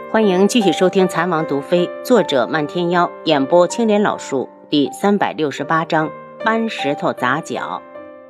欢迎继续收听《残王毒妃》，作者漫天妖，演播青莲老树，第368章搬石头砸脚。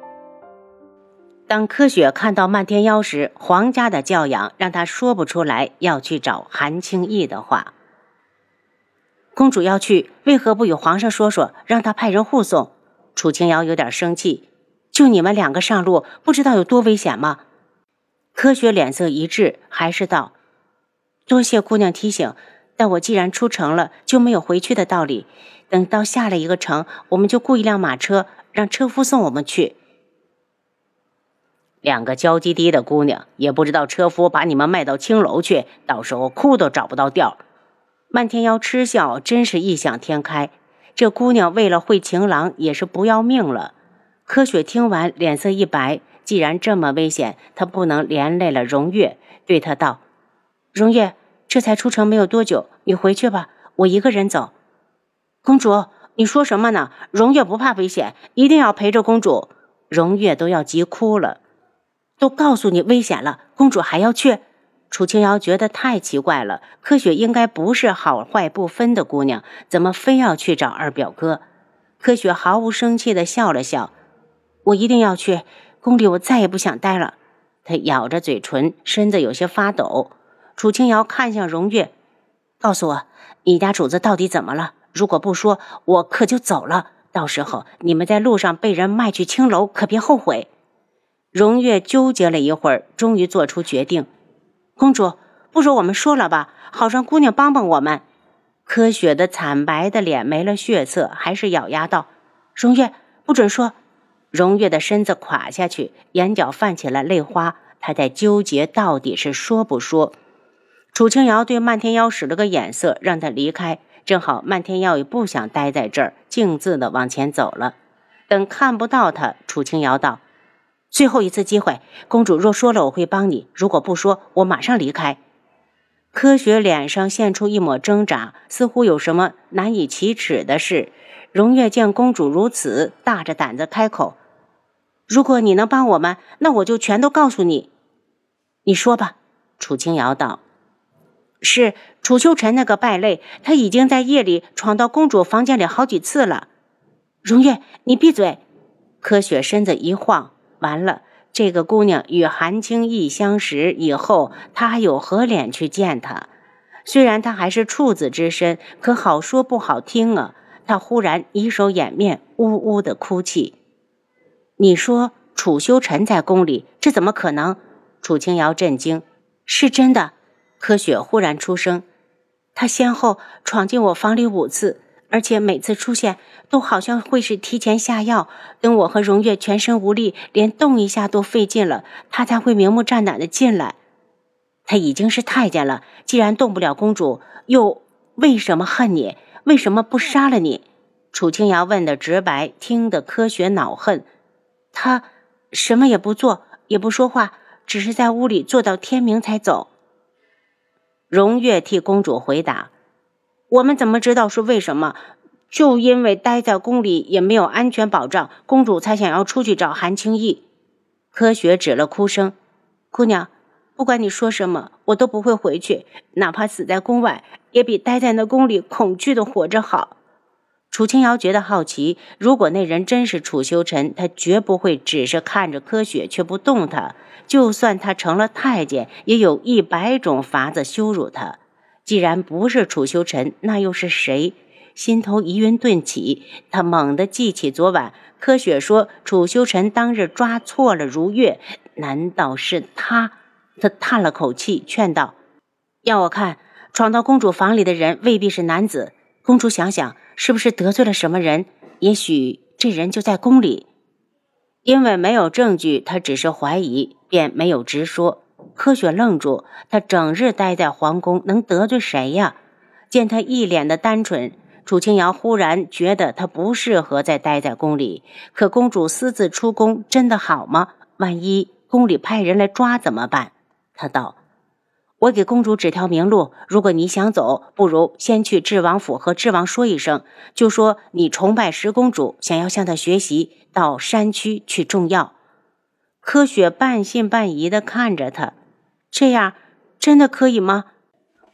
当柯雪看到漫天妖时，皇家的教养让她说不出来要去找韩青义的话。公主要去，为何不与皇上说说，让他派人护送？楚清瑶有点生气，就你们2个上路，不知道有多危险吗？柯雪脸色一滞，还是道：多谢姑娘提醒，但我既然出城了，就没有回去的道理。等到下了一个城，我们就雇一辆马车，让车夫送我们去。2个娇滴滴的姑娘，也不知道车夫把你们卖到青楼去，到时候哭都找不到调。漫天妖嗤笑，真是异想天开。这姑娘为了会情郎，也是不要命了。柯雪听完，脸色一白，既然这么危险，她不能连累了荣月，对她道：荣月，这才出城没有多久，你回去吧，我一个人走。公主，你说什么呢？荣月不怕危险，一定要陪着公主。荣月都要急哭了。都告诉你危险了，公主还要去？楚清瑶觉得太奇怪了，柯雪应该不是好坏不分的姑娘，怎么非要去找二表哥？柯雪毫无生气地笑了笑：我一定要去，宫里我再也不想待了。她咬着嘴唇，身子有些发抖。楚清瑶看向荣月，告诉我，你家主子到底怎么了？如果不说，我可就走了，到时候你们在路上被人卖去青楼，可别后悔。荣月纠结了一会儿，终于做出决定：公主，不如我们说了吧，好让姑娘帮帮我们。柯雪的惨白的脸没了血色，还是咬牙道：荣月，不准说。荣月的身子垮下去，眼角泛起了泪花，她在纠结到底是说不说。楚清瑶对漫天妖使了个眼色，让他离开。正好漫天妖也不想待在这儿，径自的往前走了。等看不到他，楚清瑶道：最后一次机会，公主若说了我会帮你，如果不说，我马上离开。柯雪脸上现出一抹挣扎，似乎有什么难以启齿的事。荣月见公主如此，大着胆子开口：如果你能帮我们，那我就全都告诉你。你说吧。楚清瑶道：是楚修尘那个败类，他已经在夜里闯到公主房间里好几次了。荣月，你闭嘴。柯雪身子一晃，完了，这个姑娘与韩青义相识以后，她还有何脸去见他？虽然她还是处子之身，可好说不好听啊。她忽然以手掩面，呜呜的哭泣。你说楚修尘在宫里，这怎么可能？楚清瑶震惊。是真的。柯雪忽然出声，他先后闯进我房里5次，而且每次出现都好像会是提前下药，等我和荣月全身无力，连动一下都费劲了，他才会明目张胆的进来。他已经是太监了，既然动不了公主，又为什么恨你？为什么不杀了你？楚清瑶问的直白，听得柯雪恼恨。他什么也不做，也不说话，只是在屋里坐到天明才走。荣月替公主回答：我们怎么知道是为什么？就因为待在宫里也没有安全保障，公主才想要出去找韩青义。柯雪止了哭声：姑娘，不管你说什么，我都不会回去，哪怕死在宫外，也比待在那宫里恐惧的活着好。楚清瑶觉得好奇，如果那人真是楚修尘，他绝不会只是看着柯雪却不动他，就算他成了太监，也有100种法子羞辱他。既然不是楚修尘，那又是谁？心头疑云顿起，他猛地记起昨晚柯雪说楚修尘当日抓错了如月，难道是他？他叹了口气，劝道：要我看，闯到公主房里的人未必是男子，公主想想，是不是得罪了什么人？也许这人就在宫里。因为没有证据，他只是怀疑，便没有直说。柯雪愣住，他整日待在皇宫，能得罪谁呀？见他一脸的单纯，楚清瑶忽然觉得他不适合再待在宫里。可公主私自出宫真的好吗？万一宫里派人来抓怎么办？他道：我给公主指条明路，如果你想走，不如先去智王府和智王说一声，就说你崇拜十公主，想要向她学习，到山区去种药。柯雪半信半疑地看着他，这样真的可以吗？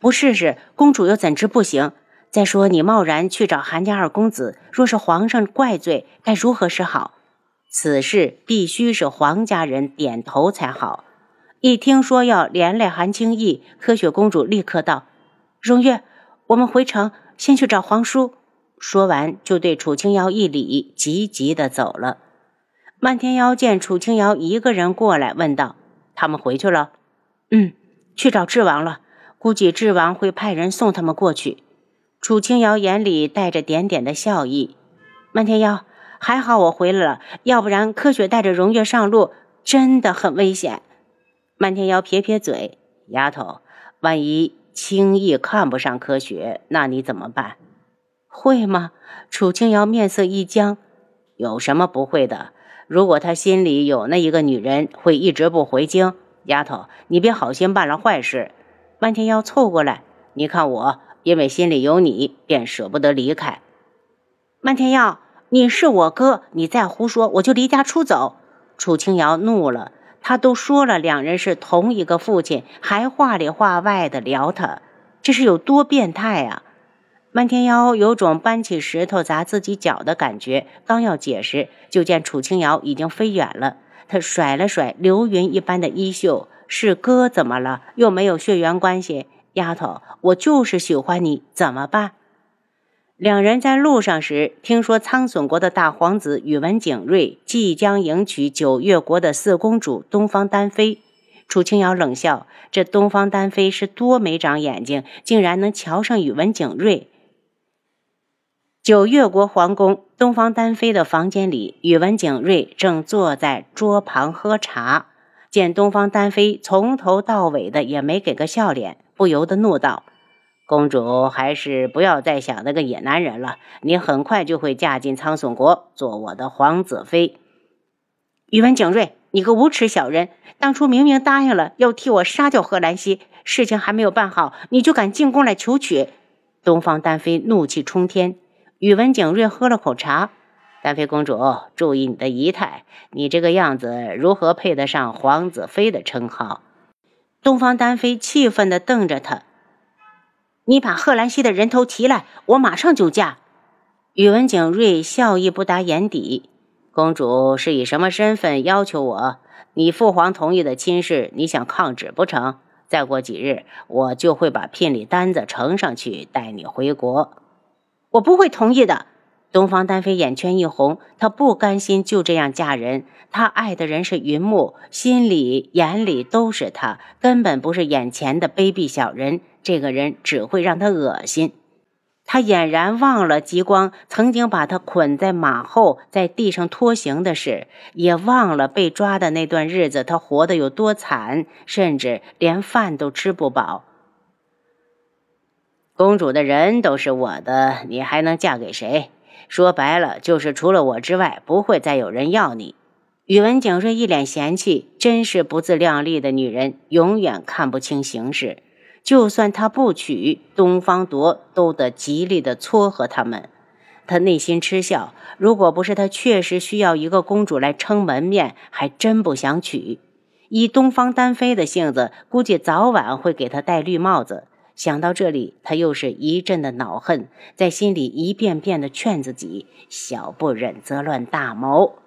不试试，公主又怎知不行？再说你贸然去找韩家二公子，若是皇上怪罪，该如何是好？此事必须是皇家人点头才好。一听说要连累韩青义，柯雪公主立刻道：荣月，我们回城先去找皇叔。说完就对楚清瑶一礼，急急地走了。漫天妖见楚清瑶一个人过来，问道：他们回去了？去找智王了，估计智王会派人送他们过去。楚清瑶眼里带着点点的笑意。漫天妖，还好我回来了，要不然柯雪带着荣月上路真的很危险。漫天妖撇撇嘴：丫头，万一轻易看不上柯雪，那你怎么办？会吗？楚清瑶面色一僵。有什么不会的？如果他心里有那一个女人，会一直不回京。丫头，你别好心办了坏事。漫天妖凑过来，你看我，因为心里有你，便舍不得离开。漫天妖，你是我哥，你再胡说，我就离家出走。楚清瑶怒了，他都说了两人是同一个父亲，还话里话外的聊他，这是有多变态啊！漫天妖有种搬起石头砸自己脚的感觉，刚要解释，就见楚清瑶已经飞远了。他甩了甩流云一般的衣袖：是哥怎么了？又没有血缘关系。丫头，我就是喜欢你，怎么办？两人在路上时，听说苍隼国的大皇子宇文景睿即将迎娶九月国的四公主东方丹妃。楚清瑶冷笑，这东方丹妃是多没长眼睛，竟然能瞧上宇文景睿。九月国皇宫，东方丹妃的房间里，宇文景睿正坐在桌旁喝茶，见东方丹妃从头到尾的也没给个笑脸，不由得怒道：公主还是不要再想那个野男人了，你很快就会嫁进苍隼国，做我的皇子妃。宇文景睿，你个无耻小人，当初明明答应了要替我杀掉贺兰溪，事情还没有办好，你就敢进宫来求娶。东方丹妃怒气冲天。宇文景睿喝了口茶：丹妃公主，注意你的仪态，你这个样子如何配得上皇子妃的称号？东方丹妃气愤地瞪着他：你把贺兰溪的人头提来，我马上就嫁。宇文景睿笑意不达眼底：公主是以什么身份要求我？你父皇同意的亲事，你想抗旨不成？再过几日，我就会把聘礼单子呈上去，带你回国。我不会同意的。东方丹妃眼圈一红，她不甘心就这样嫁人，她爱的人是云木，心里眼里都是他，根本不是眼前的卑鄙小人，这个人只会让她恶心。他俨然忘了极光曾经把他捆在马后，在地上拖行的事，也忘了被抓的那段日子他活得有多惨，甚至连饭都吃不饱。公主的人都是我的，你还能嫁给谁？说白了，就是除了我之外，不会再有人要你。宇文景睿一脸嫌弃，真是不自量力的女人，永远看不清形势。就算他不娶，东方铎都得极力的撮合他们。他内心嗤笑，如果不是他确实需要一个公主来撑门面，还真不想娶。以东方丹妃的性子，估计早晚会给他戴绿帽子。想到这里，他又是一阵的恼恨，在心里一遍遍的劝自己：小不忍则乱大谋。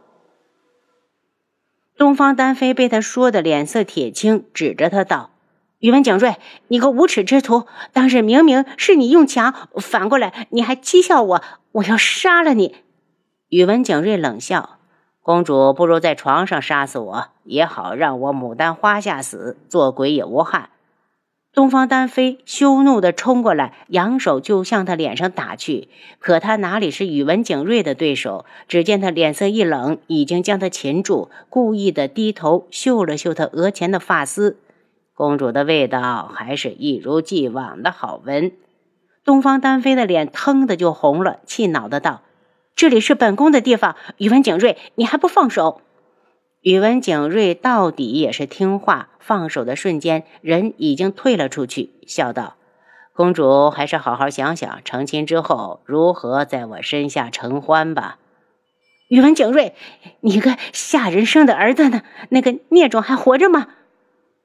东方丹妃被他说的脸色铁青，指着他道：宇文景睿，你个无耻之徒，当日明明是你用强，反过来你还讥笑我，我要杀了你。宇文景睿冷笑：公主不如在床上杀死我，也好让我牡丹花下死，做鬼也无憾。东方丹妃羞怒地冲过来，扬手就向他脸上打去，可他哪里是宇文景睿的对手？只见他脸色一冷，已经将他擒住，故意的低头嗅了嗅他额前的发丝。公主的味道还是一如既往的好闻。东方丹妃的脸腾的就红了，气恼的道：这里是本宫的地方，宇文景睿，你还不放手？宇文景睿到底也是听话，放手的瞬间，人已经退了出去，笑道：公主还是好好想想，成亲之后如何在我身下承欢吧。宇文景睿，你个下人生的儿子呢？那个孽种还活着吗？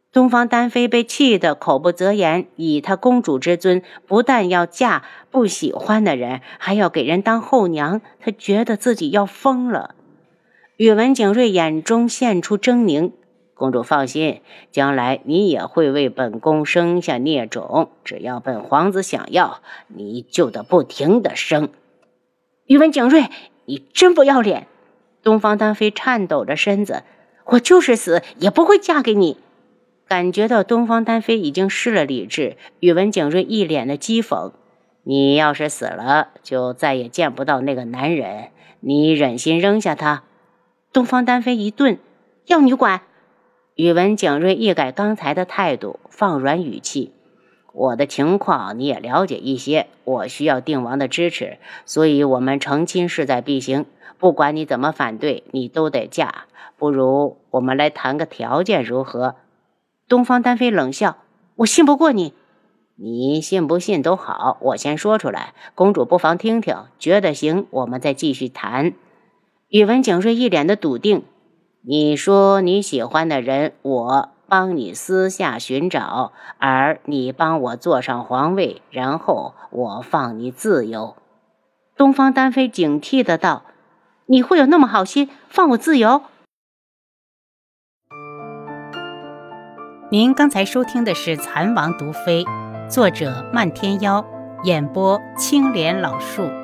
东方丹妃被气得口不择言，以她公主之尊，不但要嫁不喜欢的人，还要给人当后娘，她觉得自己要疯了。宇文景睿眼中现出狰狞，公主放心，将来你也会为本宫生下孽种，只要本皇子想要，你就得不停地生。宇文景睿，你真不要脸！东方丹妃颤抖着身子，我就是死也不会嫁给你。感觉到东方丹妃已经失了理智，宇文景睿一脸的讥讽，你要是死了，就再也见不到那个男人，你忍心扔下他？东方丹妃一顿，要你管！宇文景睿一改刚才的态度，放软语气，我的情况你也了解一些，我需要定王的支持，所以我们成亲势在必行，不管你怎么反对，你都得嫁，不如我们来谈个条件如何？东方丹妃冷笑，我信不过你。你信不信都好，我先说出来，公主不妨听听，觉得行我们再继续谈。宇文景睿一脸的笃定，你说你喜欢的人，我帮你私下寻找，而你帮我坐上皇位，然后我放你自由。东方丹妃警惕的道，你会有那么好心放我自由？ 您刚才收听的是《蚕王毒妃》，作者漫天妖，演播青莲老树。